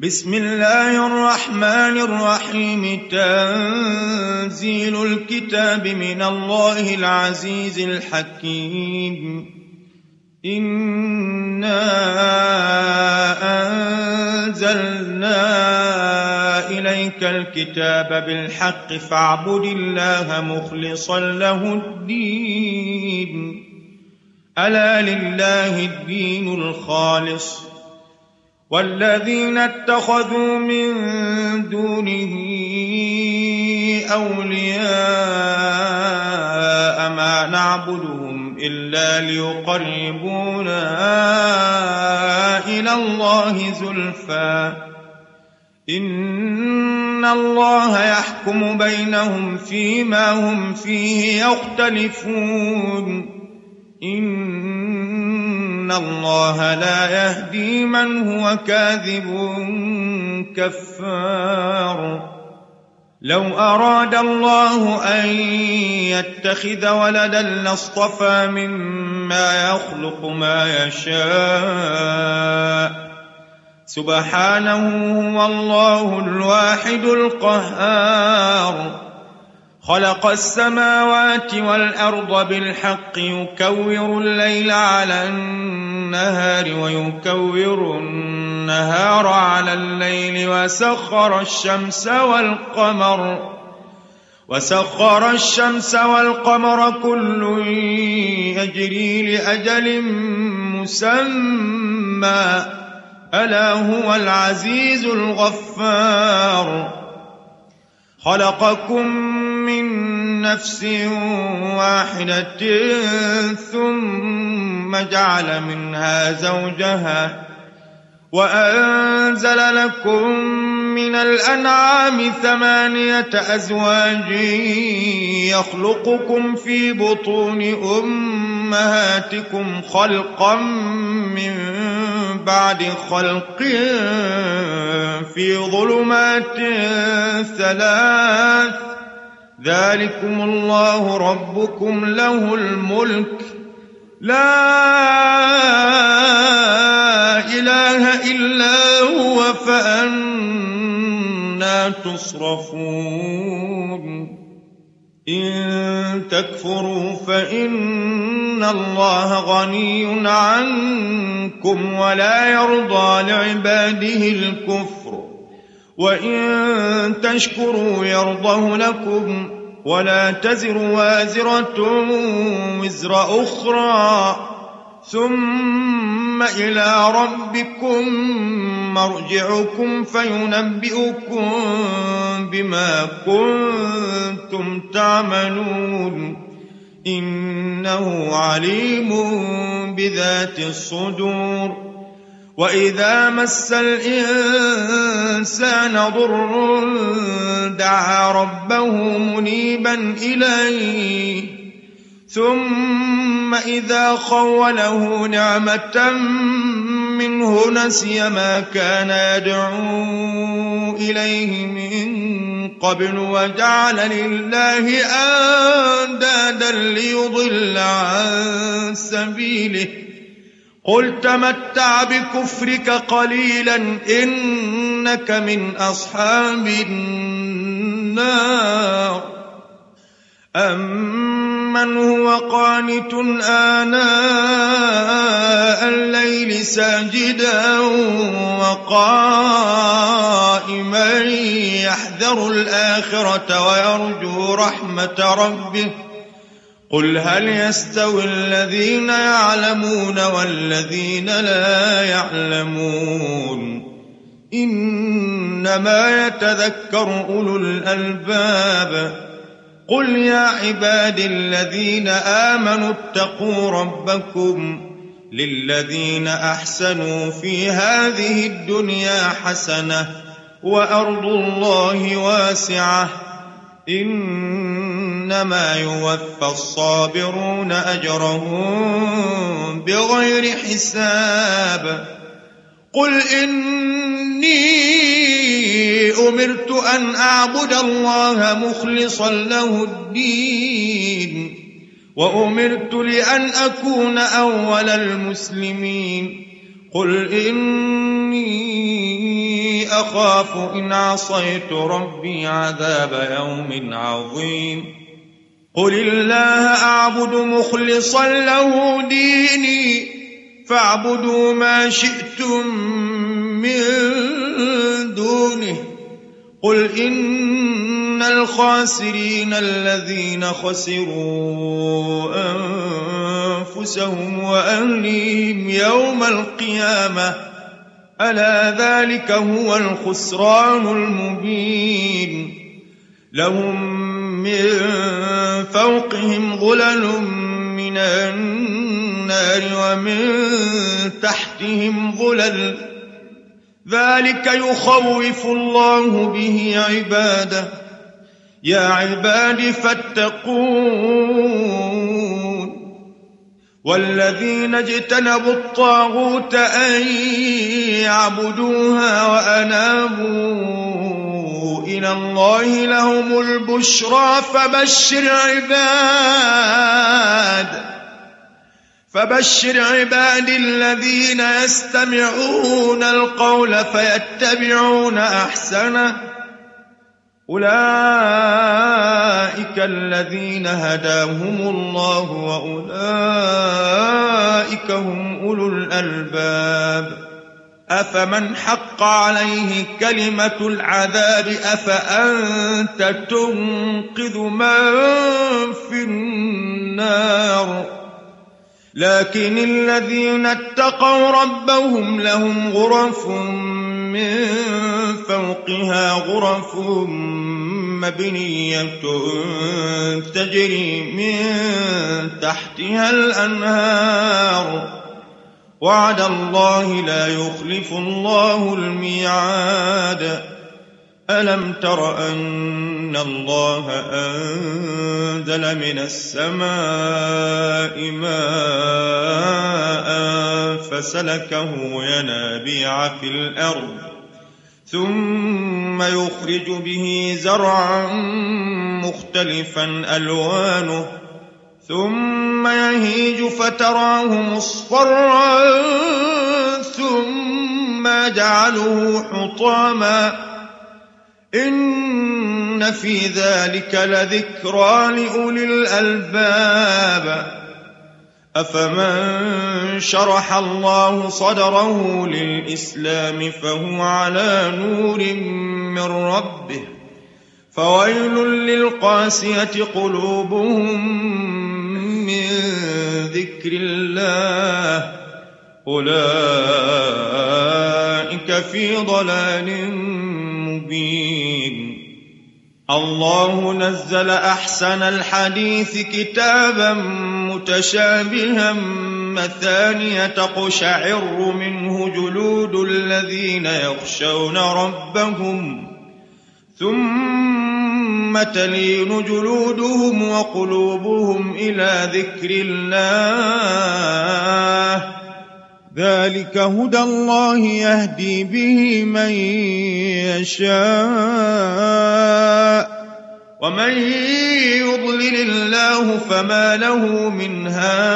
بسم الله الرحمن الرحيم. تنزيل الكتاب من الله العزيز الحكيم. إنا أنزلنا إليك الكتاب بالحق فاعبد الله مخلصا له الدين. ألا لله الدين الخالص والذين اتخذوا من دونه أولياء ما نعبدهم إلا ليقربونا إلى الله زلفى إن الله يحكم بينهم فيما هم فيه يختلفون. إن الله لا يهدي من هو كاذب كفار. لو أراد الله أن يتخذ ولدا لاصطفى مما يخلق ما يشاء سبحانه هو الله الواحد القهار. خلق السماوات والأرض بالحق يكور الليل على النهار ويكور النهار على الليل وسخر الشمس والقمر كل يجري لأجل مسمى ألا هو العزيز الغفار. خلقكم من نفس واحدة ثم جعل منها زوجها وأنزل لكم من الأنعام 8 أزواج يخلقكم في بطون أمهاتكم خلقا من بعد خلق في ظلمات 3 ذلكم الله ربكم له الملك لا إله إلا هو فأنى تصرفون. إن تكفروا فإن الله غني عنكم ولا يرضى لعباده الكفر وإن تشكروا يرضه لكم ولا تزر وازرة وزر أخرى ثم إلى ربكم مرجعكم فينبئكم بما كنتم تعملون. إنه عليم بذات الصدور. وإذا مس الإنسان ضر دعا ربه منيبا إليه ثم إذا خوله نعمة منه نسي ما كان يدعو إليه من قبل وجعل لله أندادا ليضل عن سبيله. قل تمتع بكفرك قليلا إنك من أصحاب النار. أمن هو قانت آناء الليل ساجدا وقائما يحذر الآخرة ويرجو رحمة ربه قل هل يستوي الذين يعلمون والذين لا يعلمون إنما يتذكر أولو الألباب. قل يا عبادي الذين آمنوا اتقوا ربكم للذين أحسنوا في هذه الدنيا حسنة وأرض الله واسعة إنما يوفى الصابرون أجرهم بغير حساب. قل إني أمرت أن أعبد الله مخلصا له الدين وأمرت لأن أكون أول المسلمين. قل إني أخاف إن عصيت ربي عذاب يوم عظيم قل الله أعبد مخلصا له ديني فاعبدوا ما شئتم من دونه قل إن الخاسرين الذين خسروا أنفسهم وأهليهم يوم القيامة ألا ذلك هو الخسران المبين لهم من فوقهم ظلل من النار ومن تحتهم ظلل ذلك يخوف الله به عباده يا عباد فاتقون والذين اجتنبوا الطاغوت أن يعبدوها وأنابوا إلى الله لهم البشرى فبشر عباد الذين يستمعون القول فيتبعون أحسنه أولئك الذين هداهم الله وأولئك هم أولو الألباب أفمن حق عليه كلمة العذاب أفأنت تنقذ من في النار لكن الذين اتقوا ربهم لهم غرف من فوقها غرف مبنية تجري من تحتها الأنهار وعد الله لا يخلف الله الميعاد ألم تر أن الله أنزل من السماء ماء فسلكه ينابيع في الأرض ثم يخرج به زرعا مختلفا ألوانه ثم يهيج فتراه مصفرا ثم يجعله حطاما إن في ذلك لذكرى لأولي الألباب أفمن شرح الله صدره للإسلام فهو على نور من ربه فويل للقاسية قلوبهم من ذكر الله أولئك في ضلال مبين الله نزل أحسن الحديث كتابا متشابها مثانية تقشعر منه جلود الذين يخشون ربهم ثم تلين جلودهم وقلوبهم إلى ذكر الله ذلك هدى الله يهدي به من يشاء ومن يضلل الله فما له من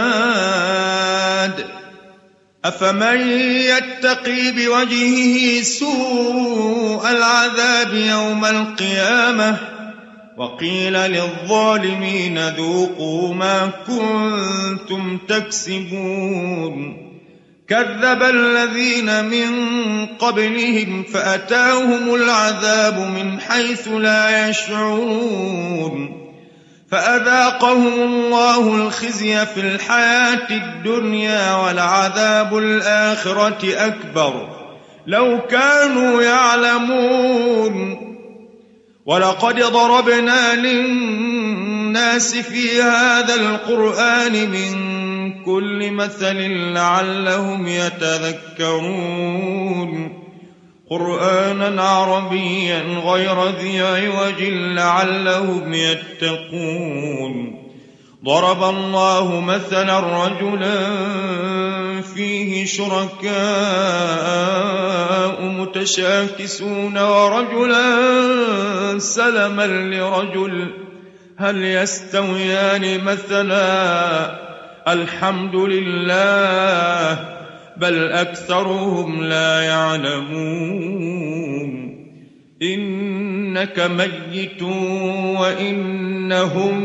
هاد أفمن يتقي بوجهه سوء العذاب يوم القيامة وقيل للظالمين ذوقوا ما كنتم تكسبون كذب الذين من قبلهم فأتاهم العذاب من حيث لا يشعرون فأذاقهم الله الخزي في الحياة الدنيا ولعذاب الآخرة أكبر لو كانوا يعلمون ولقد ضربنا للناس في هذا القرآن من كل مثل لعلهم يتذكرون قرآنا عربيا غير ذي عوج لعلهم يتقون ضرب الله مثلا رجلا فيه شركاء متشاكسون ورجلا سلما لرجل هل يستويان مثلا الحمد لله بل أكثرهم لا يعلمون إنك ميت وإنهم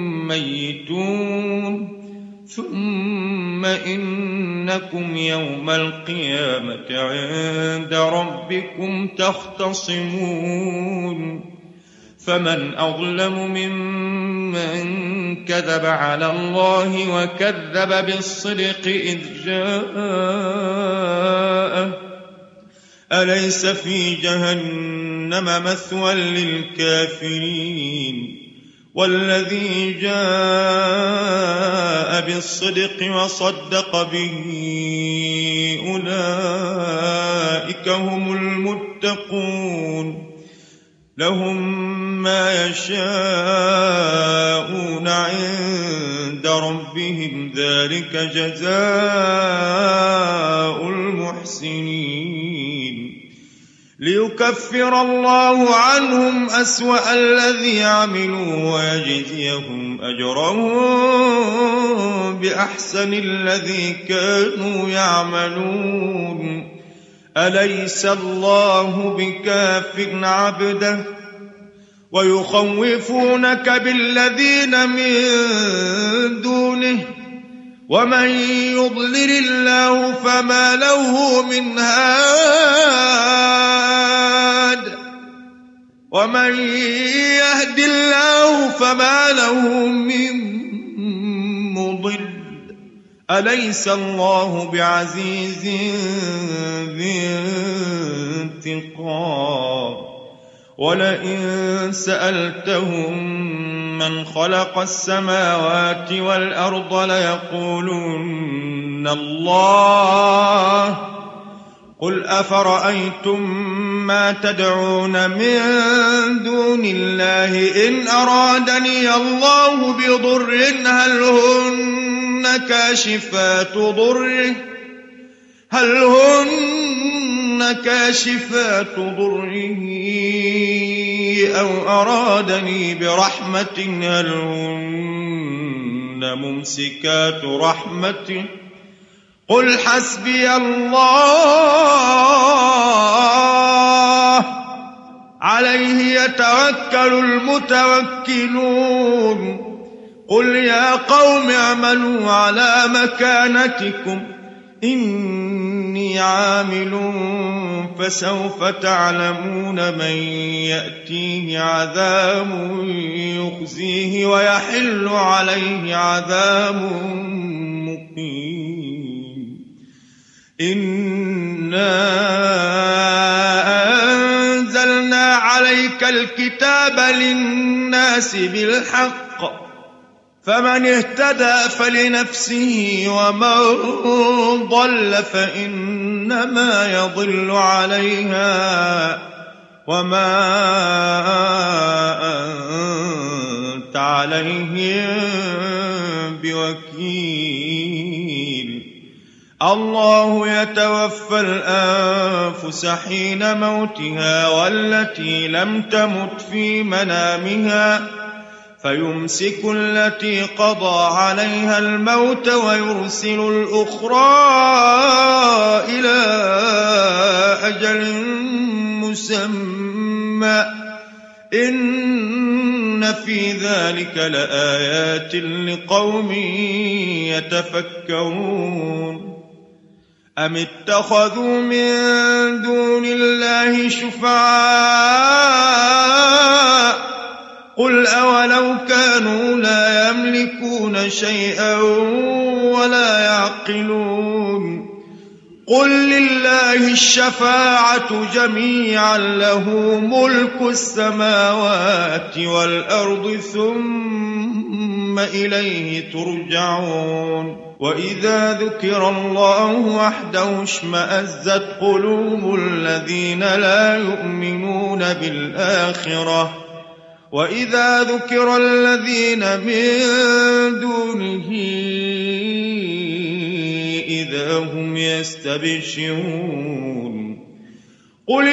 ميتون ثم إنكم يوم القيامة عند ربكم تختصمون فمن أظلم ممن كذب على الله وكذب بالصدق إذ جاءه أليس في جهنم مثوى للكافرين والذي جاء بالصدق وصدق به أولئك هم المتقون لهم ما يشاءون عند ربهم ذلك جزاء المحسنين ليكفر الله عنهم أسوأ الذي عملوا ويجزيهم أجرهم بأحسن الذي كانوا يعملون أليس الله بكاف عبده ويخوفونك بالذين من دونه ومن يضلل الله فما له من هاد ومن يهد الله فما له من مضل أليس الله بعزيز ذي انتقام ولئن سألتهم من خلق السماوات والأرض ليقولن الله قل أفرأيتم ما تدعون من دون الله إن أرادني الله بضر هل هن كاشفات ضره أو أرادني برحمة هل هن ممسكات رحمته قل حسبي الله عليه يتوكل المتوكلون قل يا قوم اعملوا على مكانتكم إني عامل فسوف تعلمون من يأتيه عذاب يخزيه ويحل عليه عذاب مقيم إنا أنزلنا عليك الكتاب للناس بالحق فمن اهتدى فلنفسه ومن ضل فإنما يضل عليها وما أنت عليهم بوكيل الله يتوفى الأنفس حين موتها والتي لم تمت في منامها فيمسك التي قضى عليها الموت ويرسل الأخرى إلى أجل مسمى إن في ذلك لآيات لقوم يتفكرون أم اتخذوا من دون الله شفعاء قل أولو كانوا لا يملكون شيئا ولا يعقلون قل لله الشفاعة جميعا له ملك السماوات والأرض ثم إليه ترجعون وإذا ذكر الله وحده اشمأزت قلوب الذين لا يؤمنون بالآخرة وإذا ذكر الذين من دونه إذا هم يستبشرون قل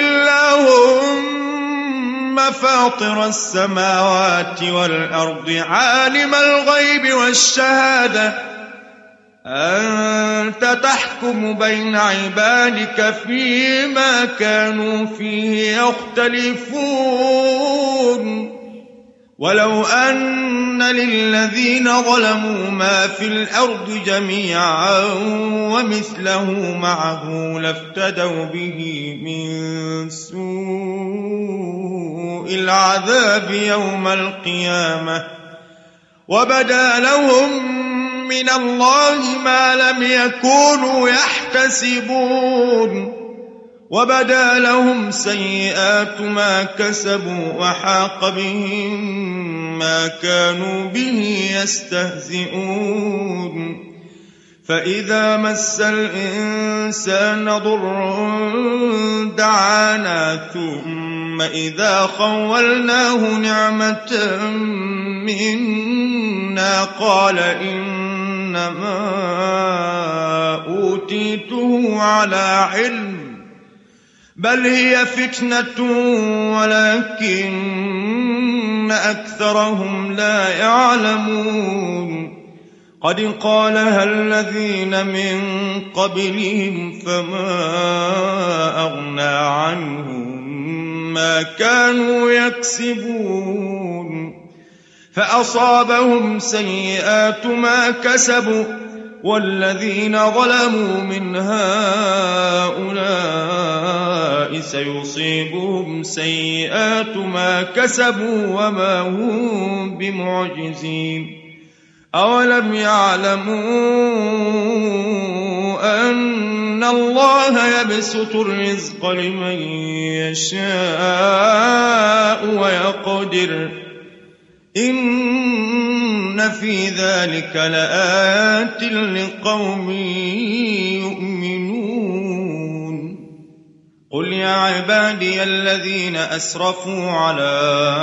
اللهم فاطر السماوات والأرض عالم الغيب والشهادة أنت تحكم بين عبادك فيما كانوا فيه يختلفون ولو أن للذين ظلموا ما في الأرض جميعا ومثله معه لافتدوا به من سوء العذاب يوم القيامة وبدا لهم من الله ما لم يكونوا يحتسبون وبدا لهم سيئات ما كسبوا وحاق بهم ما كانوا به يستهزئون فإذا مس الإنسان ضر دعانا ثم إذا خولناه نعمة منا قال إنما أوتيته على علم بل هي فتنة ولكن أكثرهم لا يعلمون قد قالها الذين من قبلهم فما أغنى عنهم ما كانوا يكسبون فأصابهم سيئات ما كسبوا والذين ظلموا من هؤلاء سيصيبهم سيئات ما كسبوا وما هم بمعجزين أولم يعلموا أن الله يبسط الرزق لمن يشاء ويقدر إن في ذلك لآيات لقوم يؤمنون قل يا عبادي الذين أسرفوا على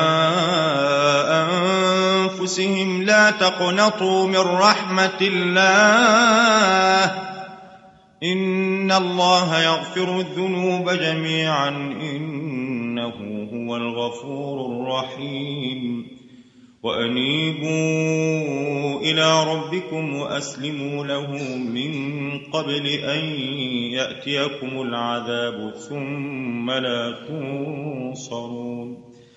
أنفسهم لا تقنطوا من رحمة الله إن الله يغفر الذنوب جميعا إنه هو الغفور الرحيم وأنيبوا إلى ربكم وأسلموا له من قبل أن يأتيكم العذاب ثم لا تنصرون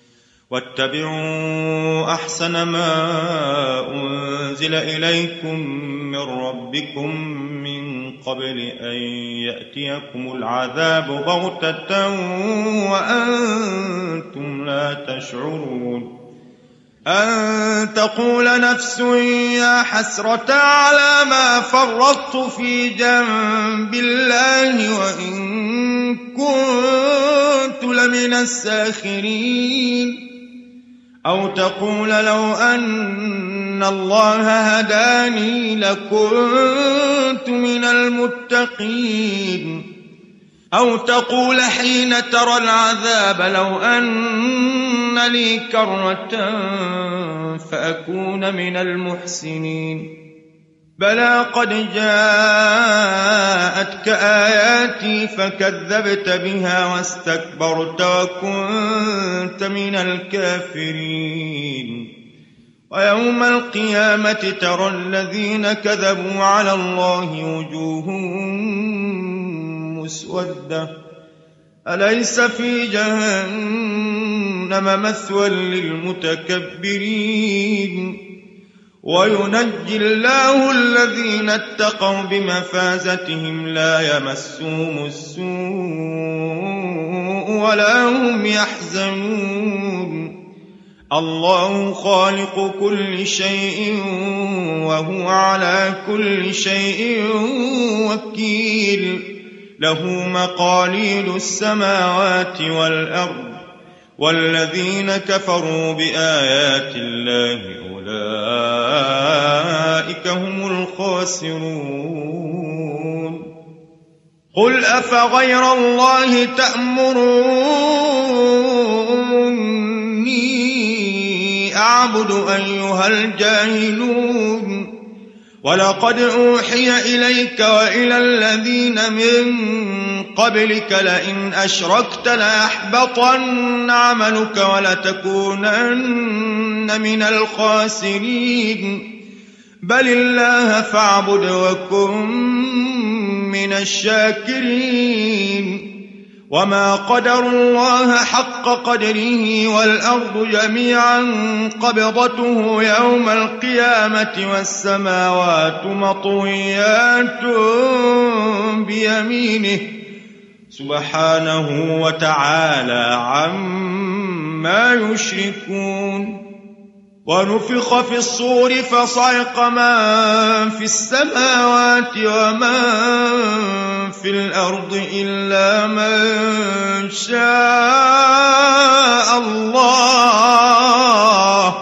واتبعوا أحسن ما أنزل إليكم من ربكم من قبل أن يأتيكم العذاب بغتة وأنتم لا تشعرون أن تقول نفس يا حسرة على ما فرطت في جنب الله وإن كنت لمن الساخرين أو تقول لو أن الله هداني لكنت من المتقين أو تقول حين ترى العذاب لو أن لي كرة فأكون من المحسنين بلى قد جاءتك آياتي فكذبت بها واستكبرت وكنت من الكافرين ويوم القيامة ترى الذين كذبوا على الله وجوههم مسودة أليس في جهنم مثوى للمتكبرين وينجي الله الذين اتقوا بمفازتهم لا يمسهم السوء ولا هم يحزنون الله خالق كل شيء وهو على كل شيء وكيل له مقاليد السماوات والأرض والذين كفروا بآيات الله أولئك هم الخاسرون قل أفغير الله تأمروني أعبد أيها الجاهلون ولقد أوحي إليك وإلى الذين من قبلك لئن أشركت ليحبطن عملك ولتكونن من الخاسرين بل الله فاعبد وكن من الشاكرين وما قدروا الله حق قدره والأرض جميعا قبضته يوم القيامة والسماوات مطويات بيمينه سبحانه وتعالى عما يشركون ونفخ في الصور فصعق من في السماوات ومن في الأرض إلا من شاء الله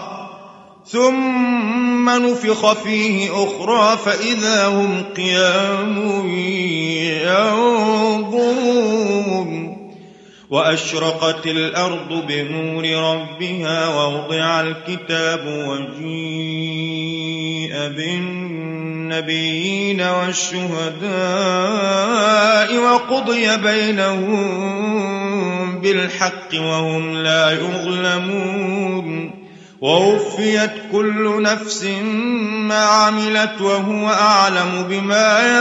ثم نفخ فيه أخرى فإذا هم قيام ينظرون وأشرقت الأرض بنور ربها ووضع الكتاب وجيء بالنبيين والشهداء وقضي بينهم بالحق وهم لا يظلمون ووفيت كل نفس ما عملت وهو أعلم بما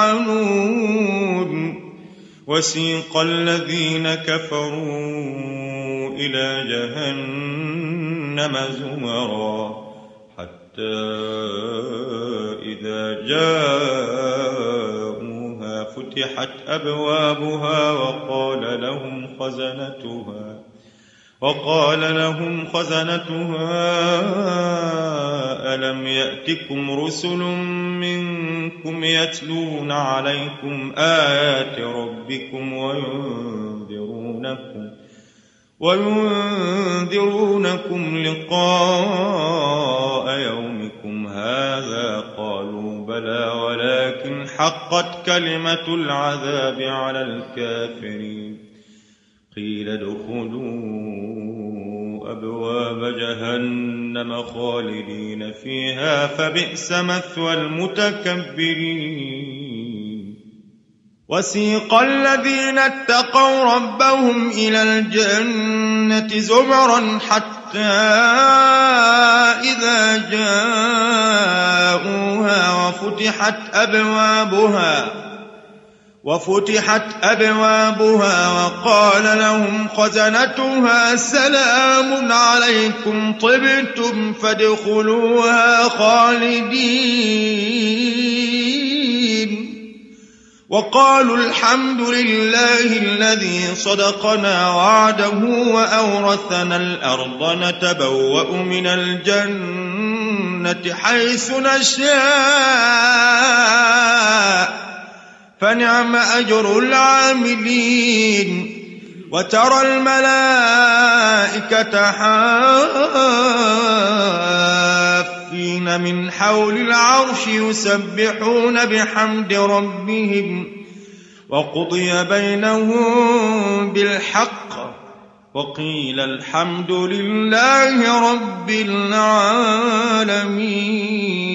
يفعلون وسيق الذين كفروا إلى جهنم زمرا حتى إذا جاءوها فتحت أبوابها وقال لهم خزنتها ألم يأتكم رسل منكم يتلون عليكم آيات ربكم وينذرونكم لقاء يومكم هذا قالوا بلى ولكن حقت كلمة العذاب على الكافرين قيل ادخلوا أبواب جهنم خالدين فيها فبئس مثوى المتكبرين وسيق الذين اتقوا ربهم إلى الجنة زمرا حتى إذا جاءوها وفتحت أبوابها وقال لهم خزنتها سلام عليكم طبتم فادخلوها خالدين وقالوا الحمد لله الذي صدقنا وعده وأورثنا الأرض نتبوأ من الجنة حيث نشاء فنعم أجر العاملين وترى الملائكة حافين من حول العرش يسبحون بحمد ربهم وقضي بينهم بالحق وقيل الحمد لله رب العالمين.